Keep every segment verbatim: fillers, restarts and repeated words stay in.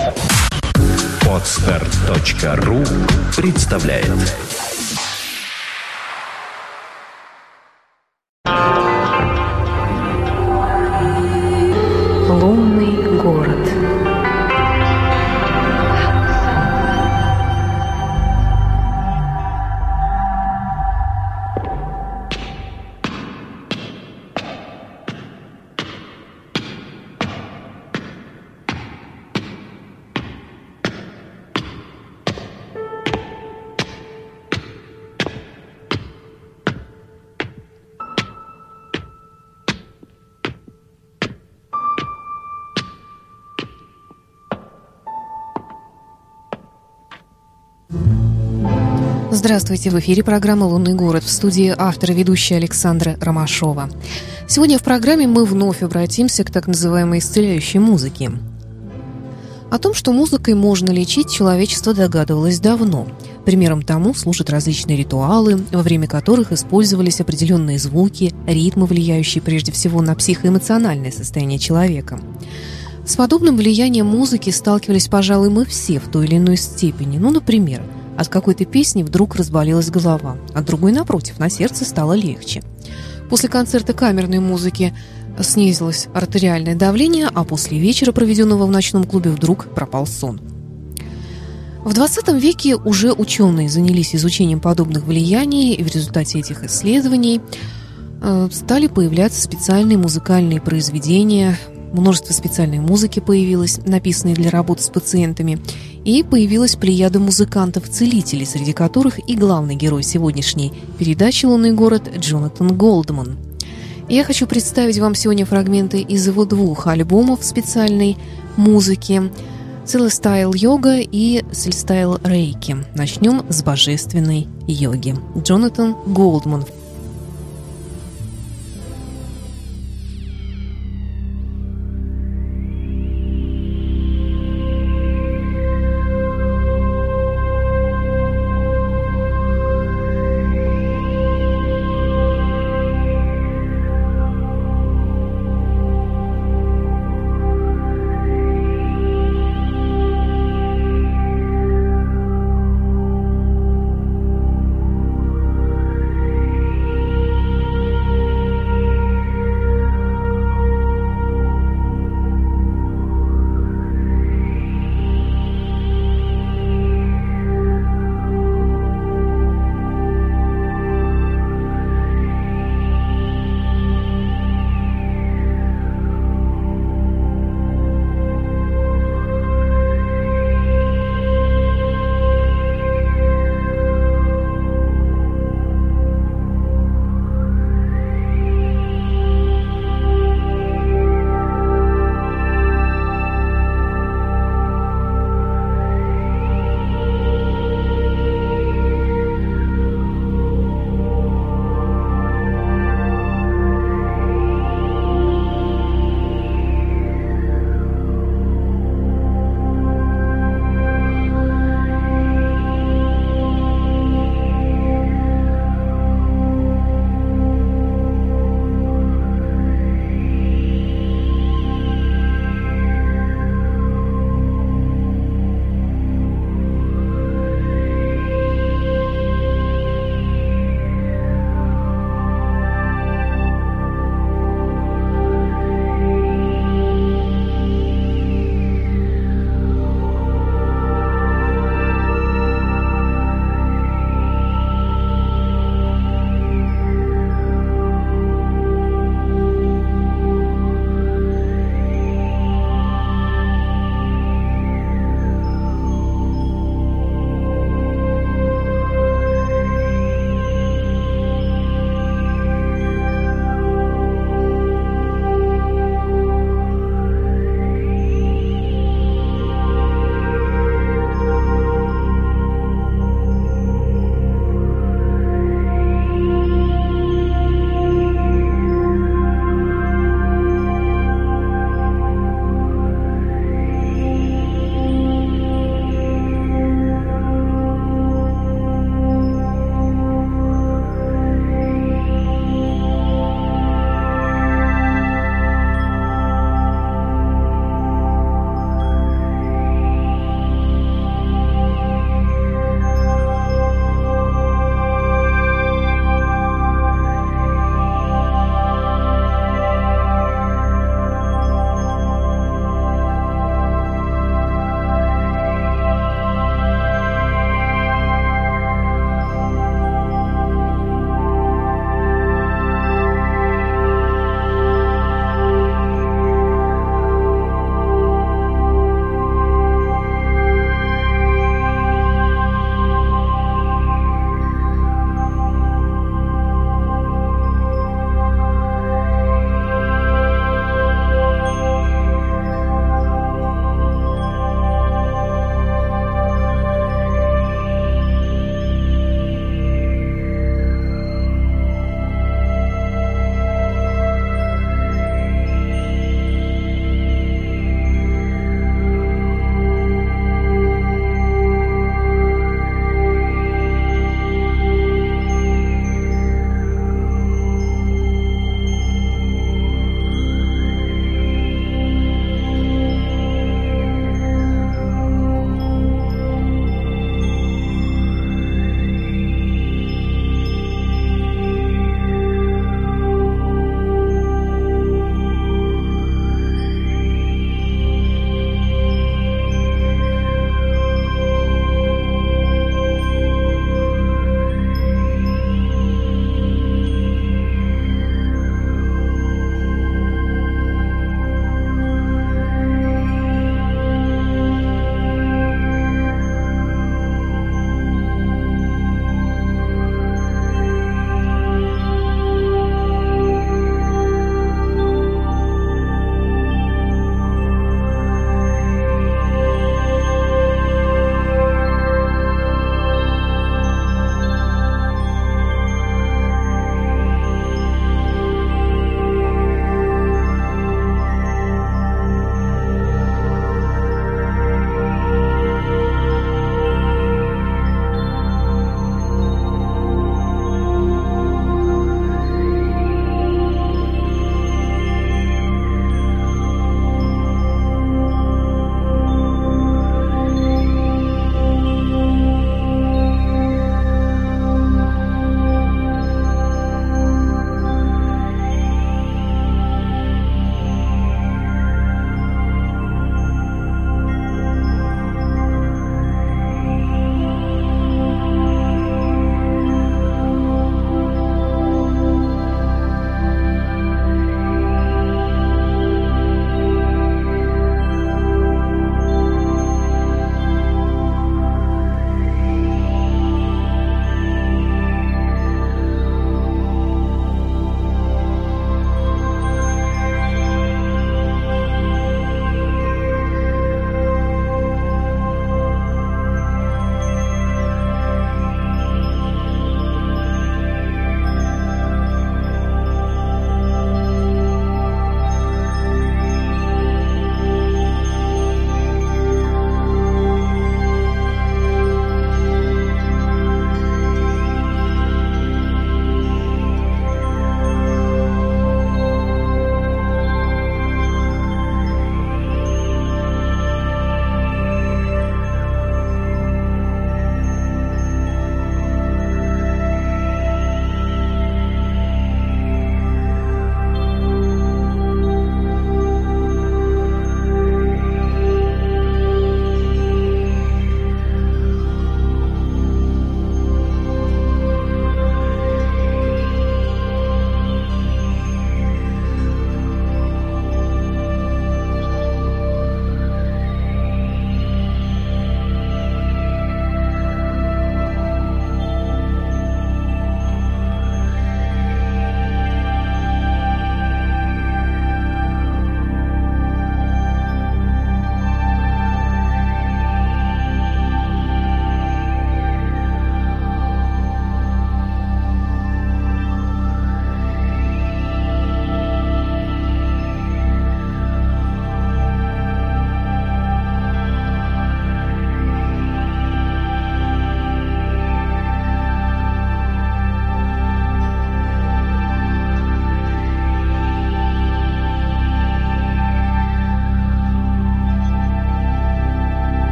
Подстер точка ру представляет. Лунный город. Здравствуйте, в эфире программа «Лунный город», в студии автор и ведущая Александра Ромашова. Сегодня в программе мы вновь обратимся к так называемой исцеляющей музыке. О том, что музыкой можно лечить, человечество догадывалось давно. Примером тому служат различные ритуалы, во время которых использовались определенные звуки, ритмы, влияющие прежде всего на психоэмоциональное состояние человека. С подобным влиянием музыки сталкивались, пожалуй, мы все в той или иной степени. Ну, например, от какой-то песни вдруг разболелась голова, от другой, напротив, на сердце стало легче. После концерта камерной музыки снизилось артериальное давление, а после вечера, проведенного в ночном клубе, вдруг пропал сон. В двадцатом веке уже ученые занялись изучением подобных влияний, и в результате этих исследований э, стали появляться специальные музыкальные произведения. Множество специальной музыки появилось, написанной для работы с пациентами, и появилась плеяда музыкантов-целителей, среди которых и главный герой сегодняшней передачи «Лунный город» Джонатан Голдман. Я хочу представить вам сегодня фрагменты из его двух альбомов специальной музыки «Celestial Yoga» и «Celestial Reiki». Начнем с божественной йоги. Джонатан Голдман.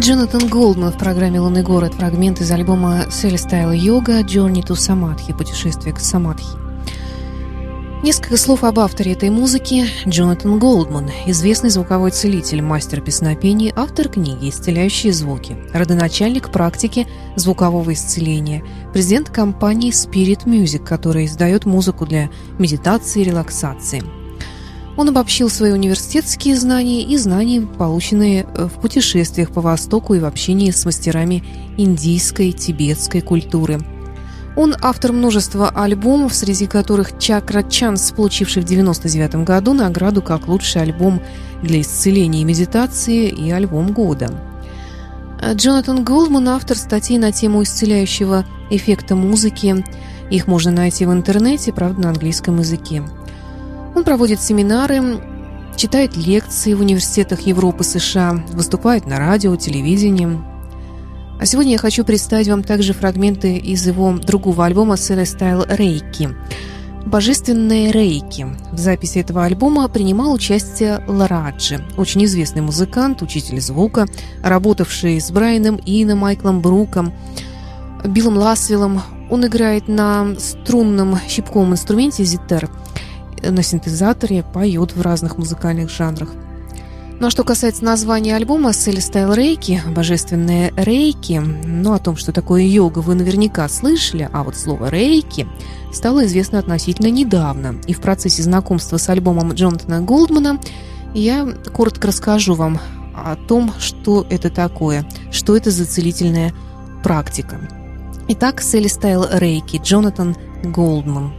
Джонатан Голдман в программе «Лунный город». Фрагмент из альбома Celestial Yoga Journey to Samadhi, путешествие к Самадхи. Несколько слов об авторе этой музыки. Джонатан Голдман – известный звуковой целитель, мастер песнопений, автор книги «Исцеляющие звуки», родоначальник практики звукового исцеления, президент компании Spirit Music, которая издает музыку для медитации и релаксации. Он обобщил свои университетские знания и знания, полученные в путешествиях по Востоку и в общении с мастерами индийской, тибетской культуры. Он автор множества альбомов, среди которых «Чакра Чанс», получивший в девяносто девятом году награду как лучший альбом для исцеления и медитации, и альбом года. Джонатан Голдман – автор статей на тему исцеляющего эффекта музыки. Их можно найти в интернете, правда, на английском языке. Он проводит семинары, читает лекции в университетах Европы, США, выступает на радио, телевидении. А сегодня я хочу представить вам также фрагменты из его другого альбома «Celestial Reiki». «Божественные рейки». В записи этого альбома принимал участие Лараджи, очень известный музыкант, учитель звука, работавший с Брайаном Ином, Майклом Бруком, Биллом Ласвиллом. Он играет на струнном щипковом инструменте зитар, на синтезаторе, поет в разных музыкальных жанрах. Ну а что касается названия альбома «Celestial Reiki», «Божественные рейки», ну о том, что такое йога, вы наверняка слышали, а вот слово «рейки» стало известно относительно недавно. И в процессе знакомства с альбомом Джонатана Голдмана я коротко расскажу вам о том, что это такое, что это за целительная практика. Итак, «Celestial Reiki», Джонатан Голдман.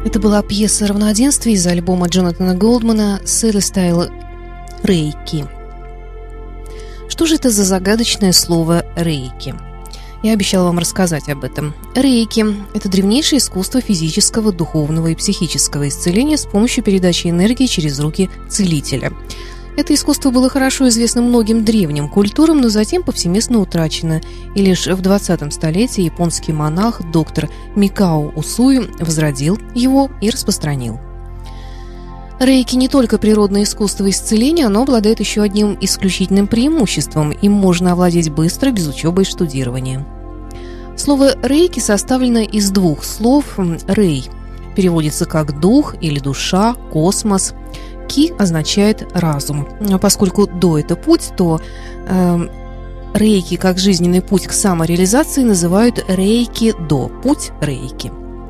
Это была пьеса равноденствия из альбома Джонатана Голдмана «Celestial Reiki». Что же это за загадочное слово «рейки»? Я обещала вам рассказать об этом. Рейки – это древнейшее искусство физического, духовного и психического исцеления с помощью передачи энергии через руки целителя. Это искусство было хорошо известно многим древним культурам, но затем повсеместно утрачено, и лишь в двадцатом столетии японский монах доктор Микао Усуи возродил его и распространил. Рейки не только природное искусство исцеления, оно обладает еще одним исключительным преимуществом. Им можно овладеть быстро, без учебы и штудирования. Слово «рейки» составлено из двух слов. «Рей» переводится как «дух» или «душа», «космос». «Ки» означает «разум». Поскольку «до» – это путь, то э, рейки как жизненный путь к самореализации называют «рейки-до» – путь рейки.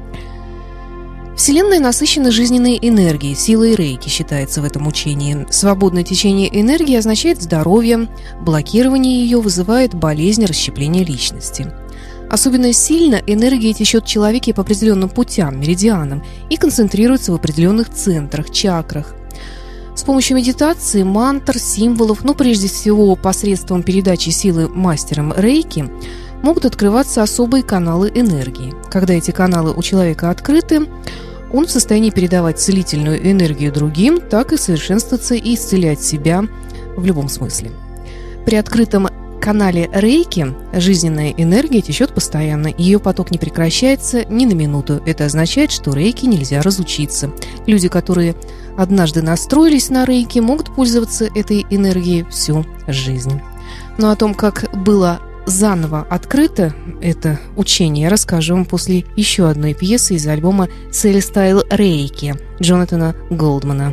Вселенная насыщена жизненной энергией, силой рейки, считается в этом учении. Свободное течение энергии означает здоровье, блокирование ее вызывает болезнь, расщепление личности. Особенно сильно энергия течет в человеке по определенным путям, меридианам, и концентрируется в определенных центрах, чакрах. С помощью медитации, мантр, символов, но прежде всего посредством передачи силы мастером рейки, могут открываться особые каналы энергии. Когда эти каналы у человека открыты, он в состоянии передавать целительную энергию другим, так и совершенствоваться и исцелять себя в любом смысле. При открытом канале рейки жизненная энергия течет постоянно, ее поток не прекращается ни на минуту. Это означает, что рейки нельзя разучиться. Люди, которые однажды настроились на рейки, могут пользоваться этой энергией всю жизнь. Но о том, как было заново открыто это учение, я расскажу вам после еще одной пьесы из альбома «Celestial Reiki» Джонатана Голдмана.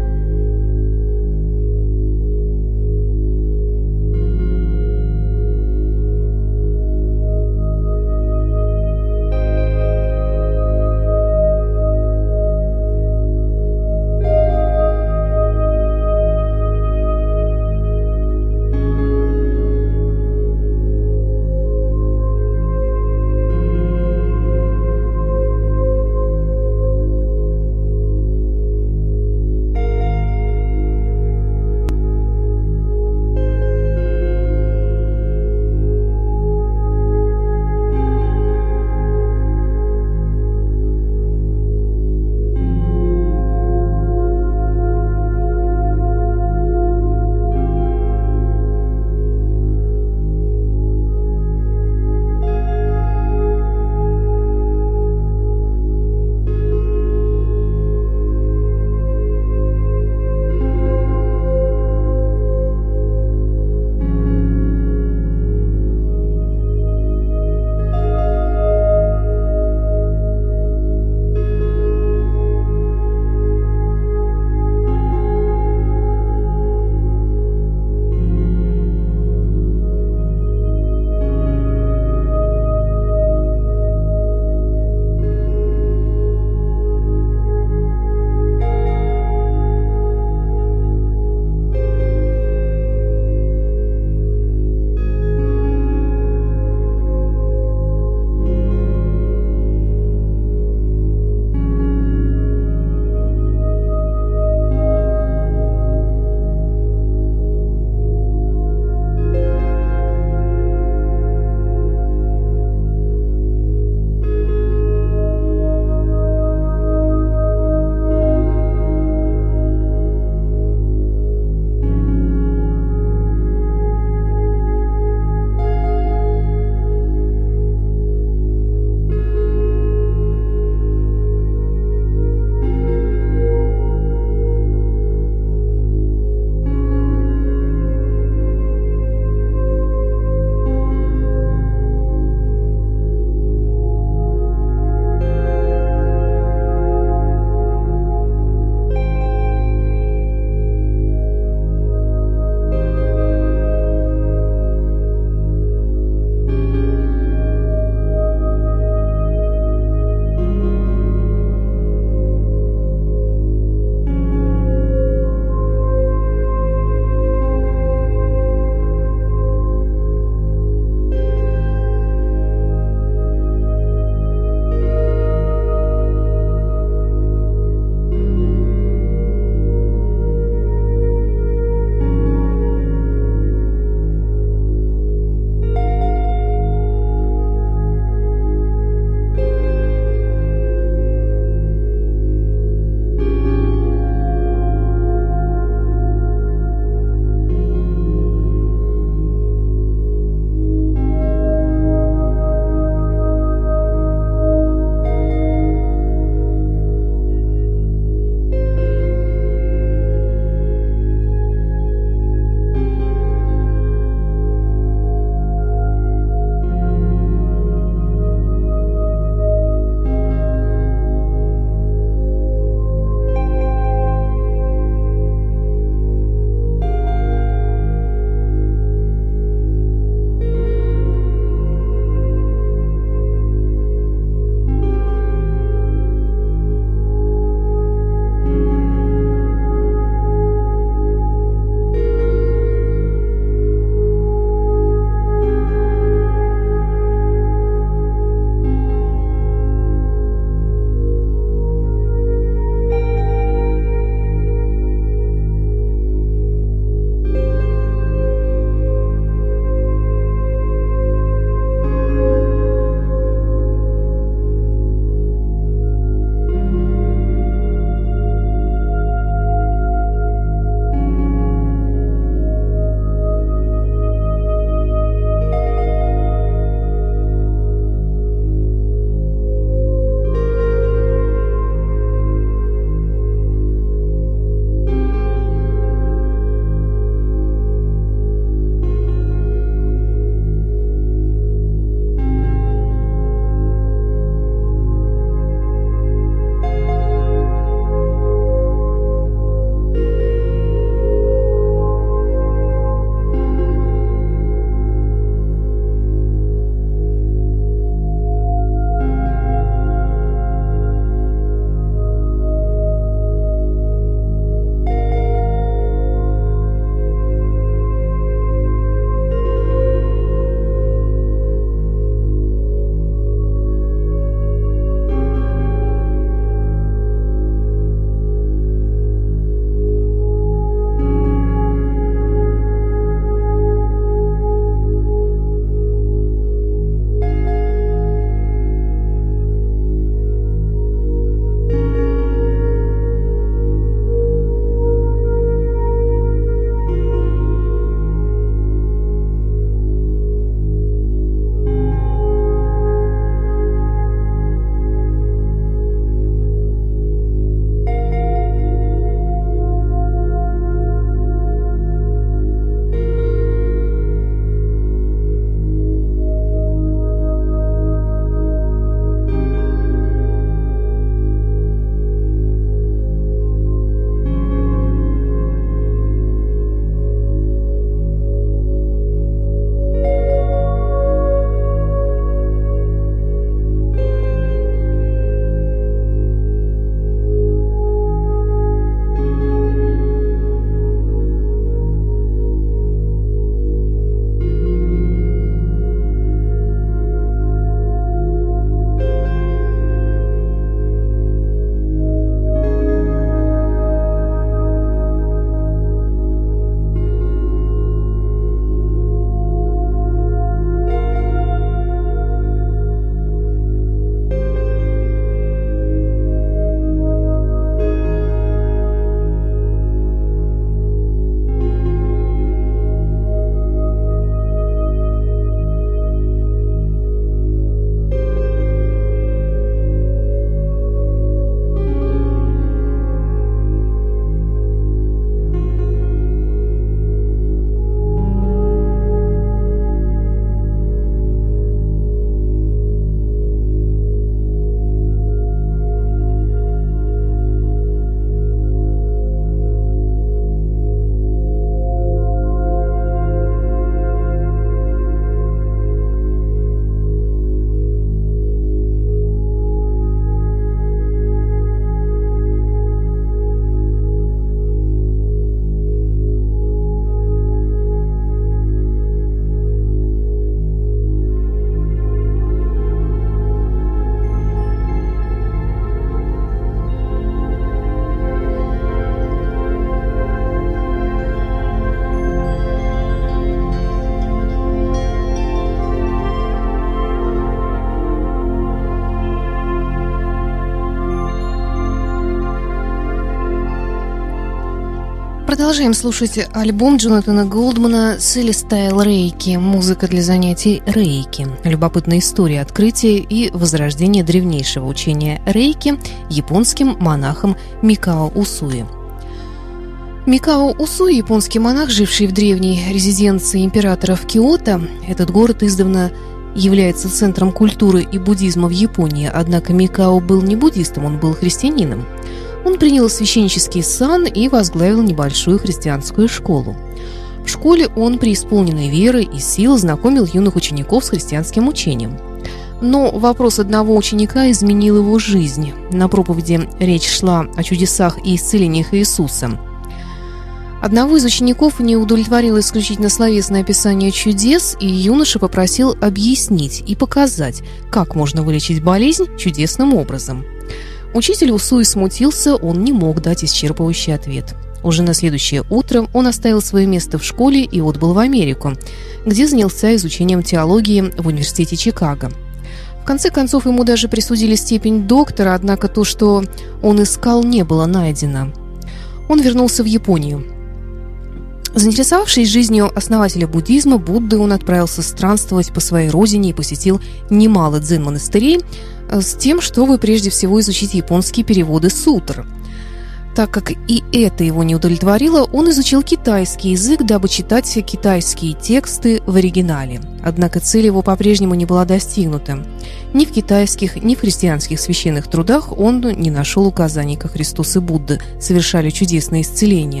Продолжаем слушать альбом Джонатана Голдмана «Celestial Reiki», музыка для занятий рейки. Любопытная история открытия и возрождения древнейшего учения рейки японским монахом Микао Усуи. Микао Усуи, японский монах, живший в древней резиденции императора в Киото. Этот город издавна является центром культуры и буддизма в Японии, однако Микао был не буддистом, он был христианином. Он принял священнический сан и возглавил небольшую христианскую школу. В школе он, преисполненный веры и сил, знакомил юных учеников с христианским учением. Но вопрос одного ученика изменил его жизнь. На проповеди речь шла о чудесах и исцелениях Иисуса. Одного из учеников не удовлетворило исключительно словесное описание чудес, и юноша попросил объяснить и показать, как можно вылечить болезнь чудесным образом. Учитель Усуи смутился, он не мог дать исчерпывающий ответ. Уже на следующее утро он оставил свое место в школе и отбыл в Америку, где занялся изучением теологии в университете Чикаго. В конце концов, ему даже присудили степень доктора, однако то, что он искал, не было найдено. Он вернулся в Японию. Заинтересовавшись жизнью основателя буддизма, Будды, он отправился странствовать по своей родине и посетил немало дзен-монастырей с тем, чтобы прежде всего изучить японские переводы сутр. Так как и это его не удовлетворило, он изучил китайский язык, дабы читать китайские тексты в оригинале. Однако цель его по-прежнему не была достигнута. Ни в китайских, ни в христианских священных трудах он не нашел указаний, как Христос и Будда совершали чудесные исцеления.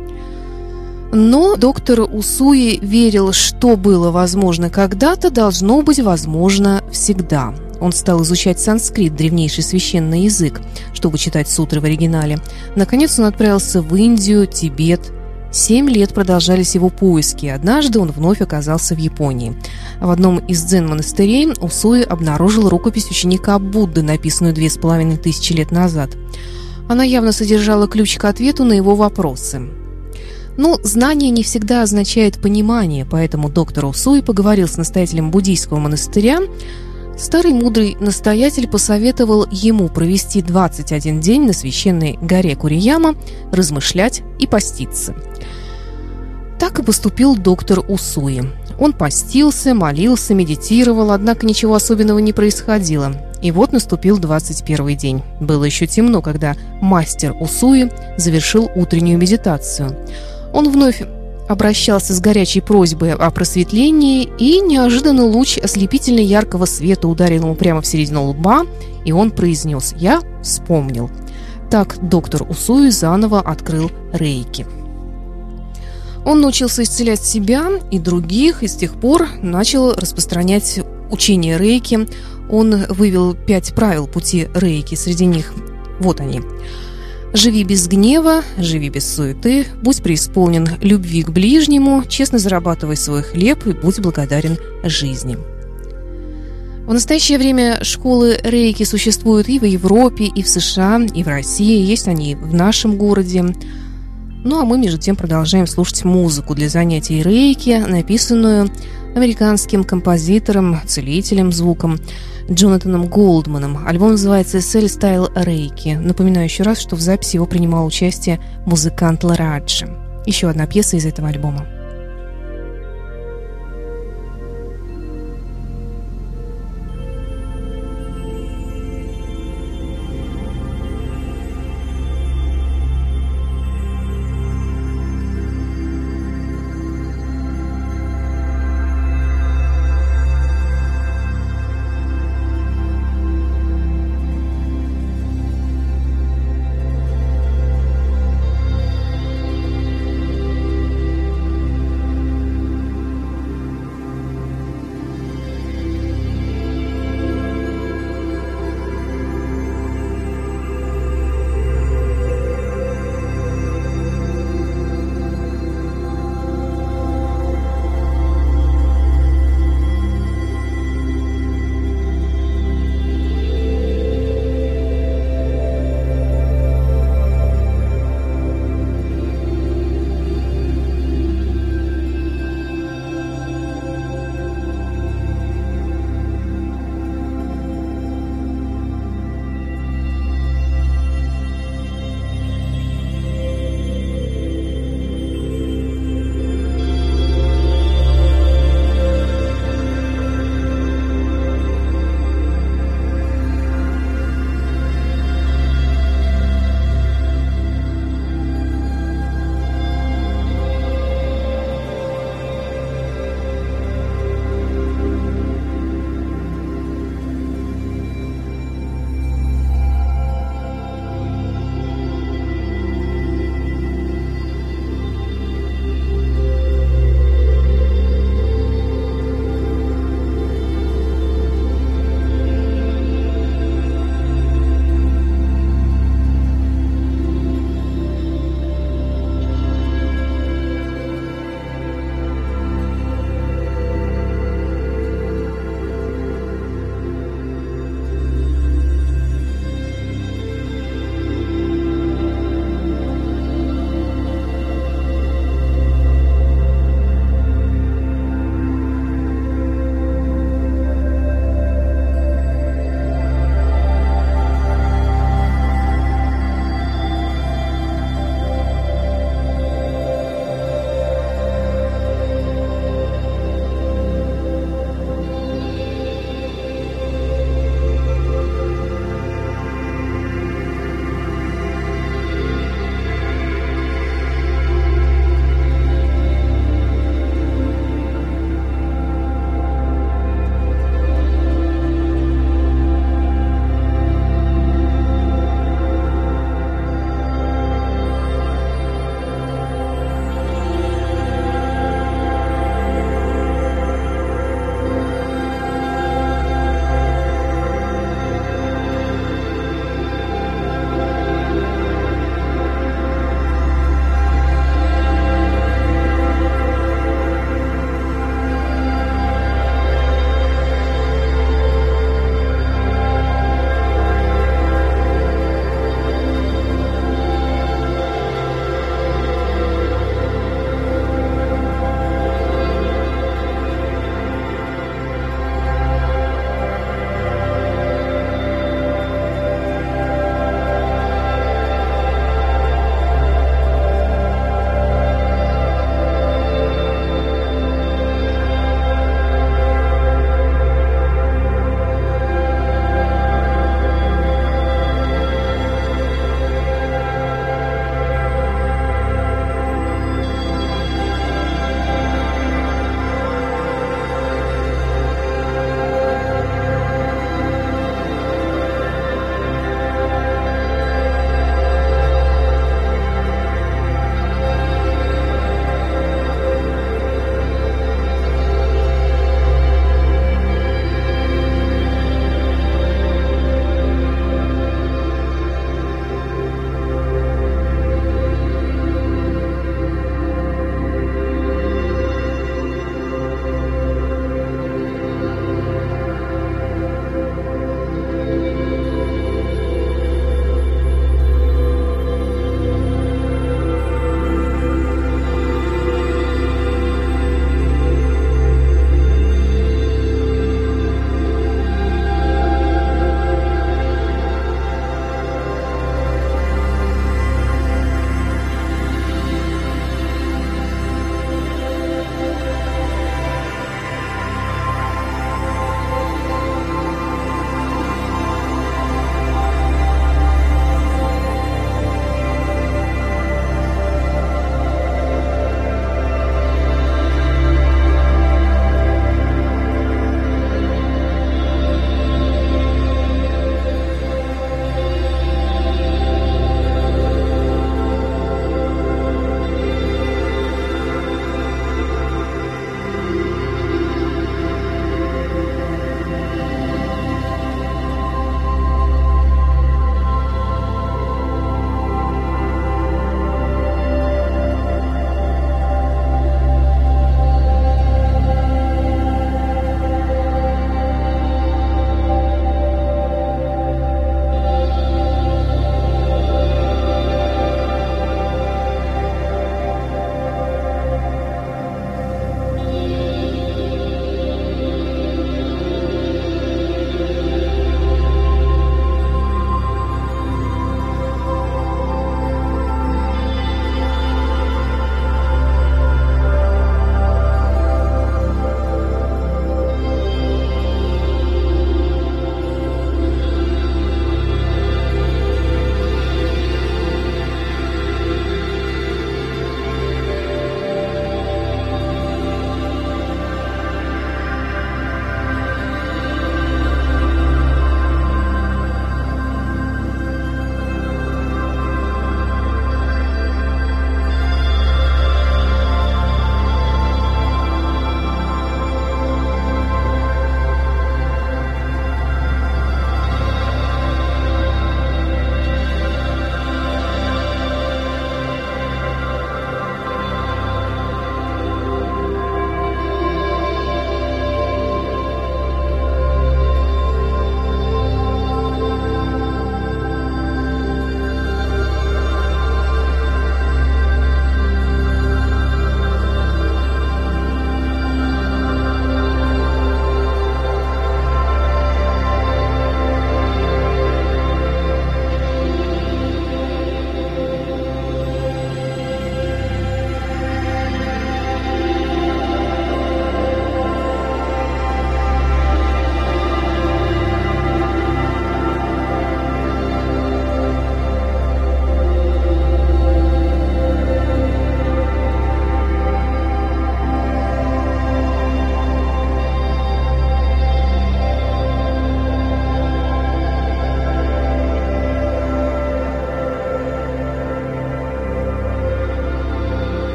Но доктор Усуи верил, что было возможно когда-то, должно быть возможно всегда. Он стал изучать санскрит, древнейший священный язык, чтобы читать сутры в оригинале. Наконец он отправился в Индию, Тибет. Семь лет продолжались его поиски. Однажды он вновь оказался в Японии. В одном из дзен-монастырей Усуи обнаружил рукопись ученика Будды, написанную две с половиной тысячи лет назад. Она явно содержала ключ к ответу на его вопросы. Но знание не всегда означает понимание, поэтому доктор Усуи поговорил с настоятелем буддийского монастыря. Старый мудрый настоятель посоветовал ему провести двадцать один день на священной горе Курияма, размышлять и поститься. Так и поступил доктор Усуи. Он постился, молился, медитировал, однако ничего особенного не происходило. И вот наступил двадцать первый день. Было еще темно, когда мастер Усуи завершил утреннюю медитацию. Он вновь обращался с горячей просьбой о просветлении, и неожиданно луч ослепительно яркого света ударил ему прямо в середину лба, и он произнес: «Я вспомнил». Так доктор Усуи заново открыл рейки. Он научился исцелять себя и других, и с тех пор начал распространять учение рейки. Он вывел пять правил пути рейки, среди них вот они. Живи без гнева, живи без суеты, будь преисполнен любви к ближнему, честно зарабатывай свой хлеб и будь благодарен жизни. В настоящее время школы рейки существуют и в Европе, и в США, и в России, есть они в нашем городе. Ну а мы, между тем, продолжаем слушать музыку для занятий рейки, написанную американским композитором, целителем звуком Джонатаном Голдманом. Альбом называется «Celestial Reiki». Напоминаю еще раз, что в записи его принимал участие музыкант Лараджи. Еще одна пьеса из этого альбома.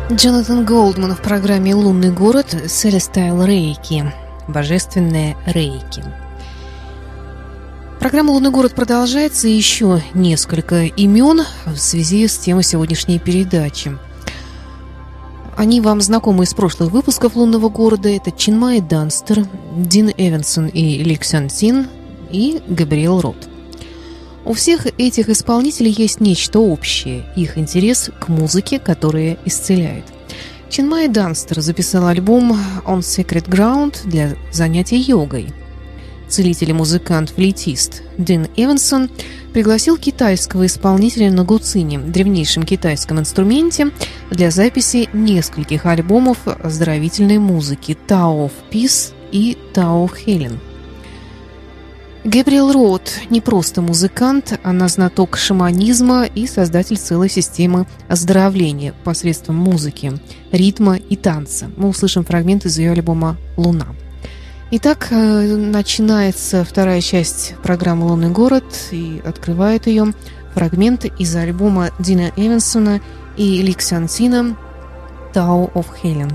Джонатан Голдман в программе «Лунный город» Celestial Reiki, божественная рейки. Программа «Лунный город» продолжается, и еще несколько имен в связи с темой сегодняшней передачи. Они вам знакомы из прошлых выпусков «Лунного города». Это Чинмай Данстер, Дин Эвансон и Лик Сян Цин и Габриэл Рот. У всех этих исполнителей есть нечто общее – их интерес к музыке, которая исцеляет. Чинмай Данстер записал альбом «On Sacred Ground» для занятий йогой. Целитель и музыкант-флейтист Дин Эвансон пригласил китайского исполнителя на гуцине, древнейшем китайском инструменте, для записи нескольких альбомов оздоровительной музыки «Tao of Peace» и «Tao of Healing». Габриэл Рот не просто музыкант, она знаток шаманизма и создатель целой системы оздоровления посредством музыки, ритма и танца. Мы услышим фрагмент из ее альбома «Луна». Итак, начинается вторая часть программы «Лунный город», и открывает ее фрагмент из альбома Дина Эвансона и Лик Сян Цина «Tao of Healing».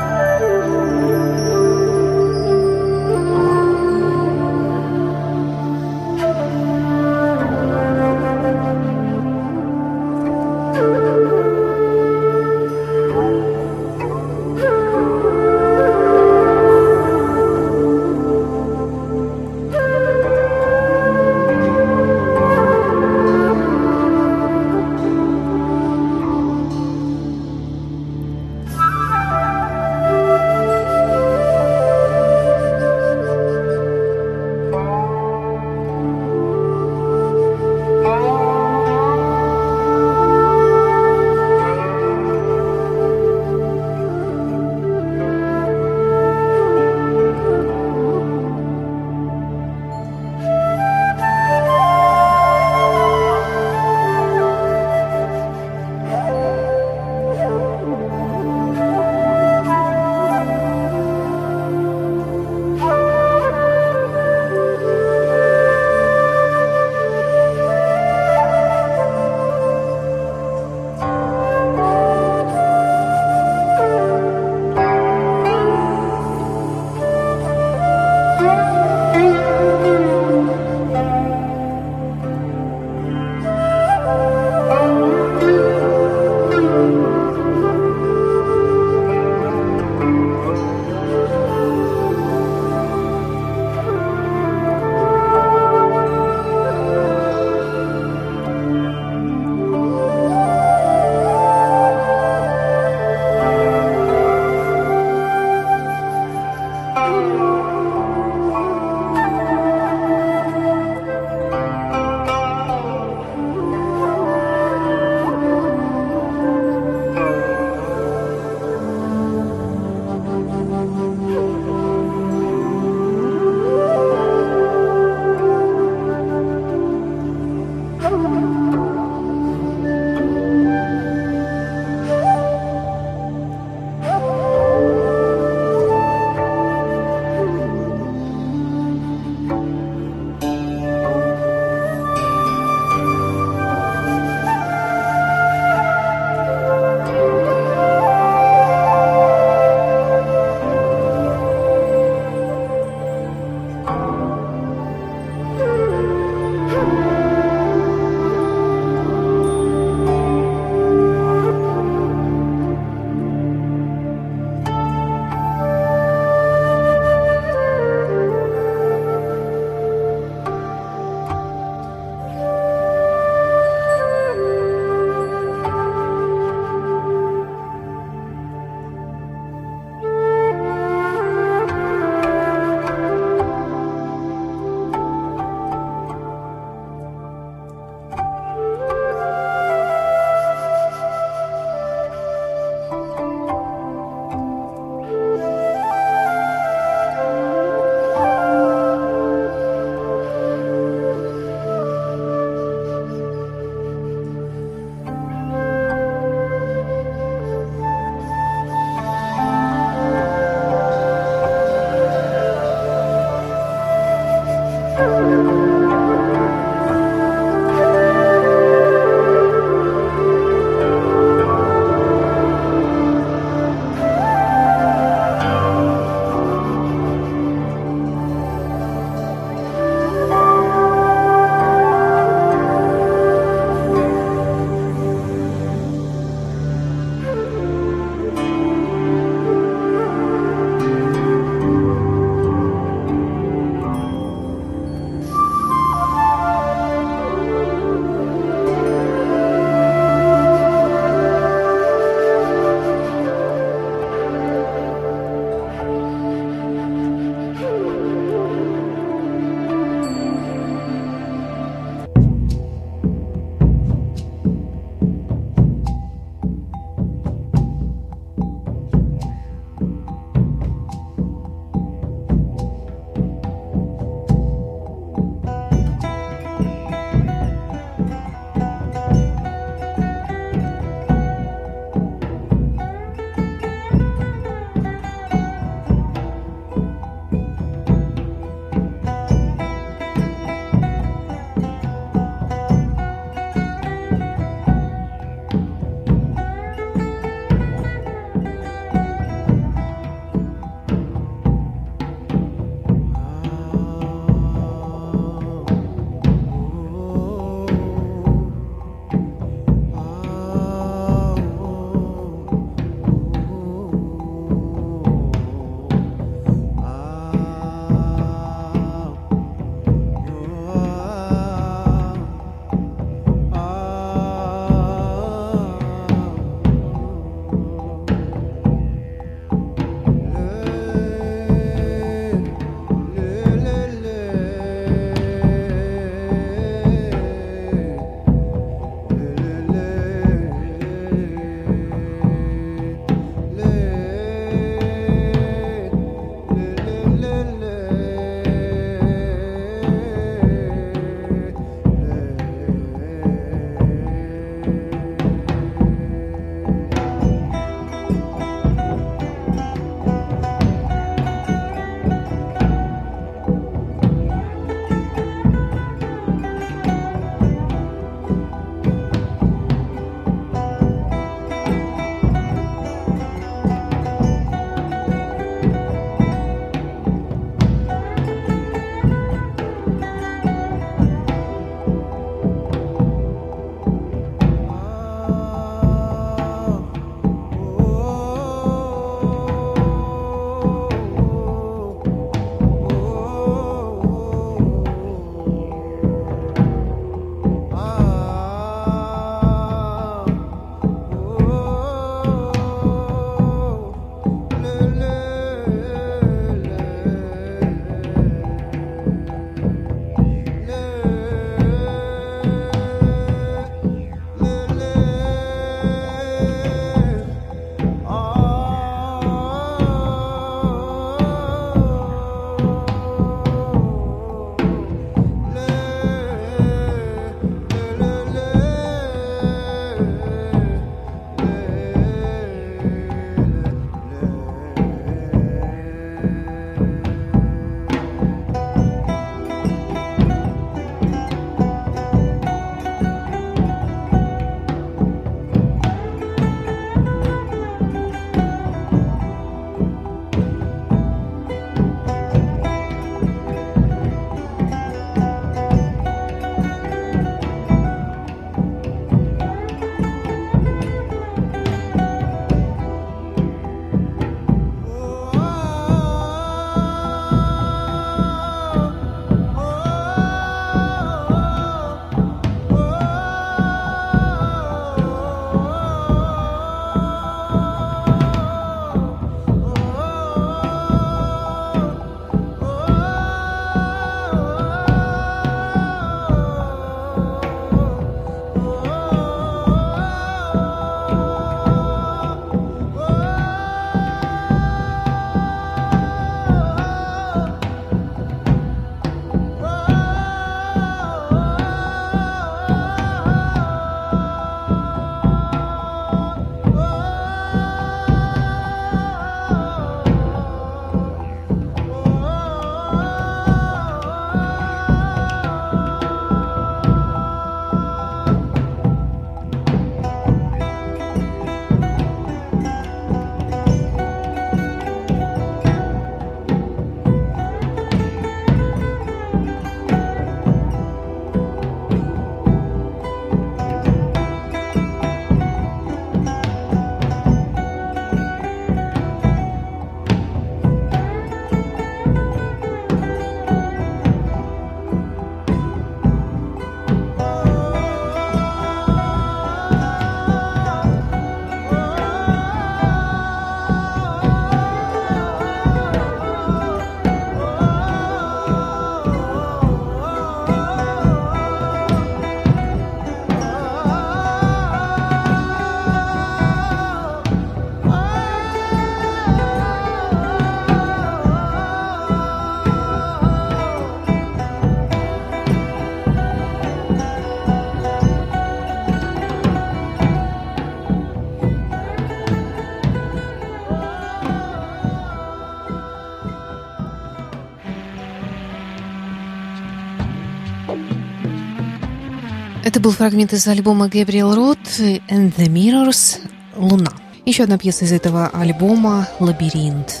Это был фрагмент из альбома Gabriel Roth and the Mirrors «Луна». Еще одна пьеса из этого альбома «Лабиринт».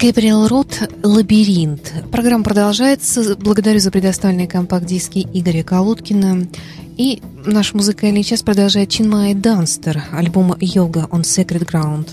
Габриэл Рот «Лабиринт». Программа продолжается. Благодарю за предоставленные компакт-диски Игоря Колодкина. И наш музыкальный час продолжает Чинмай Данстер, альбом «Yoga on Sacred Ground».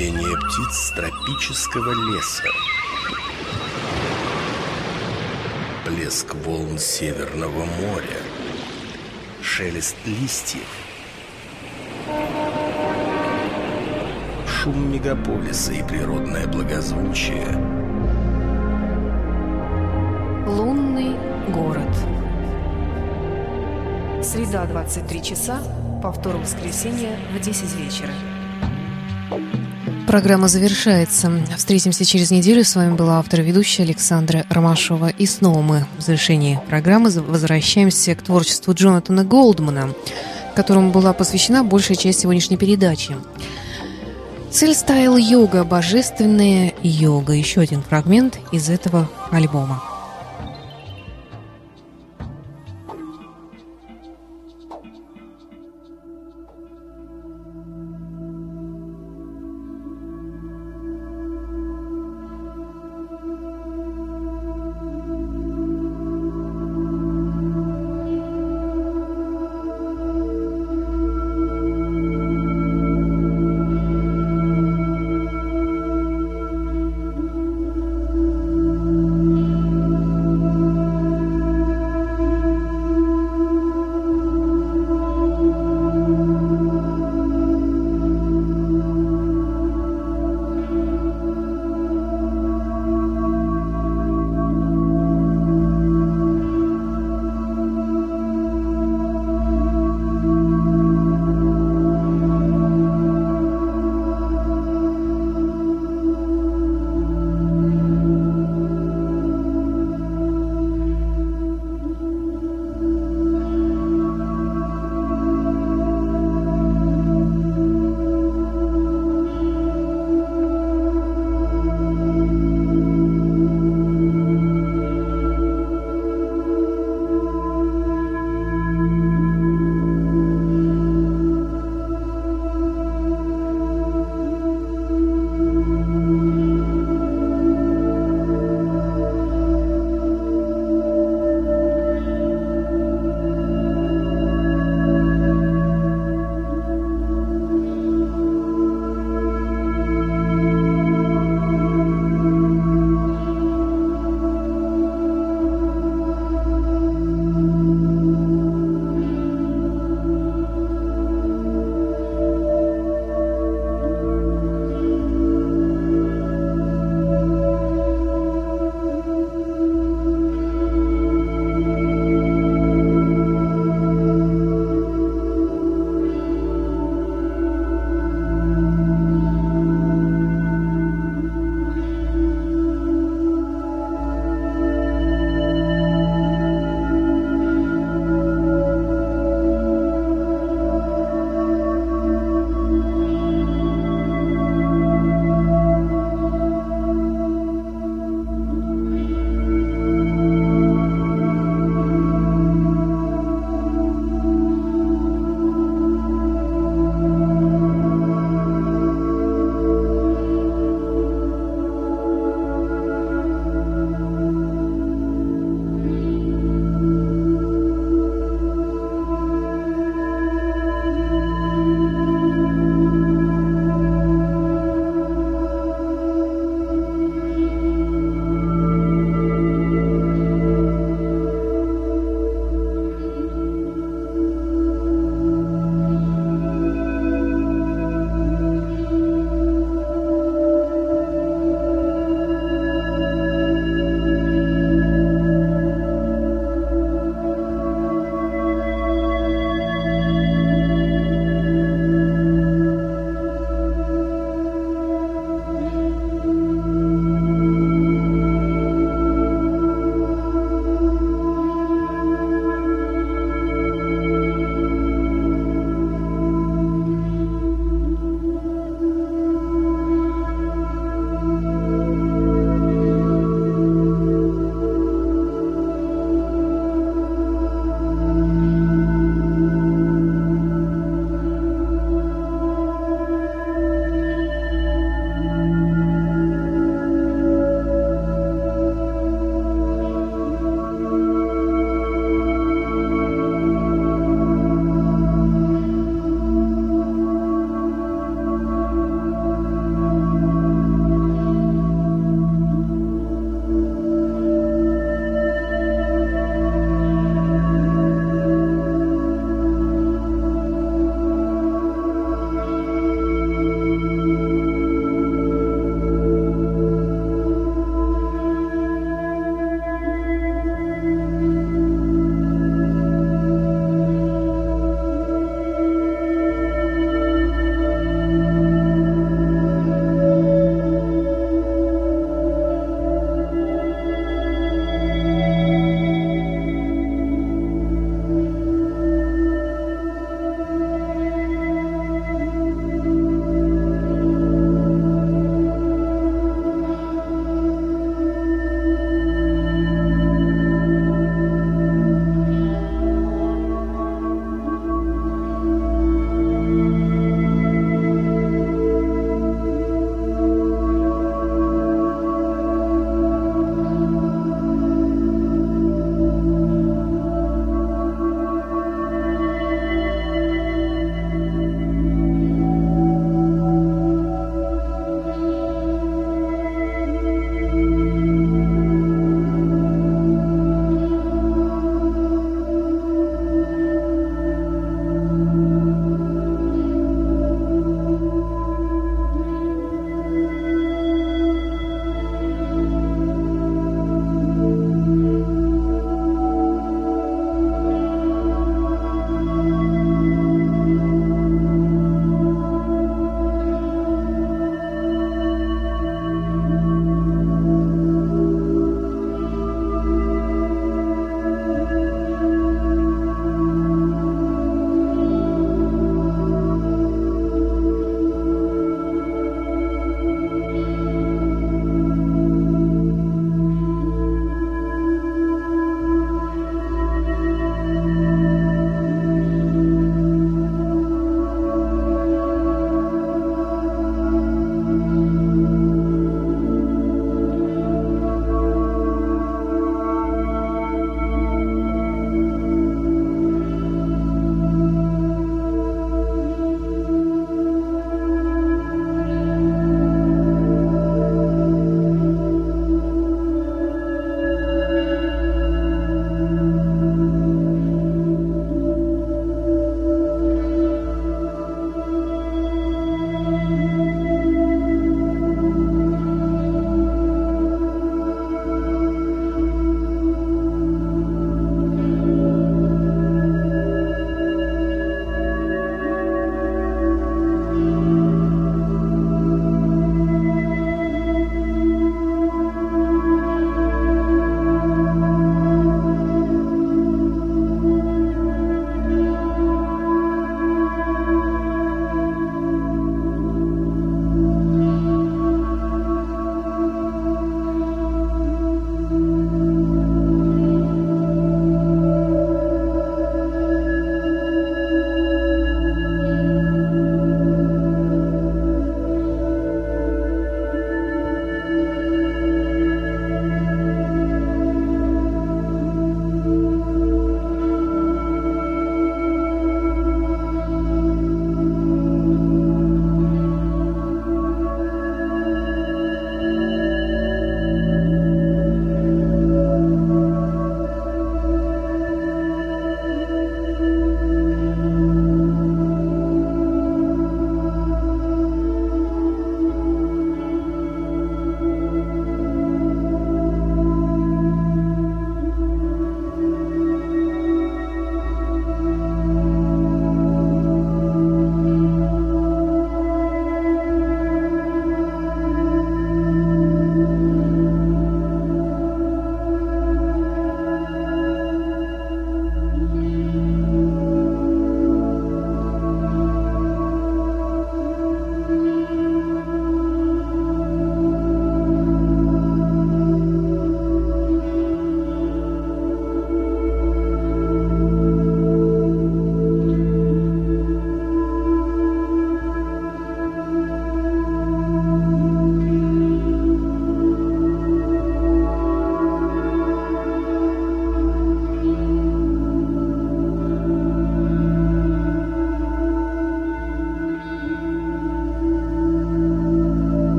Пение птиц тропического леса. Плеск волн Северного моря. Шелест листьев. Шум мегаполиса и природное благозвучие. Лунный город. Среда, двадцать три часа, повтор воскресенья в десять вечера. Программа завершается. Встретимся через неделю. С вами была автор и ведущая Александра Ромашова. И снова мы в завершении программы возвращаемся к творчеству Джонатана Голдмана, которому была посвящена большая часть сегодняшней передачи. Цель-стайл йога, божественная йога. Еще один фрагмент из этого альбома.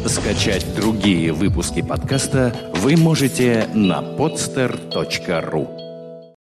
Скачать другие выпуски подкаста вы можете на podster точка ру.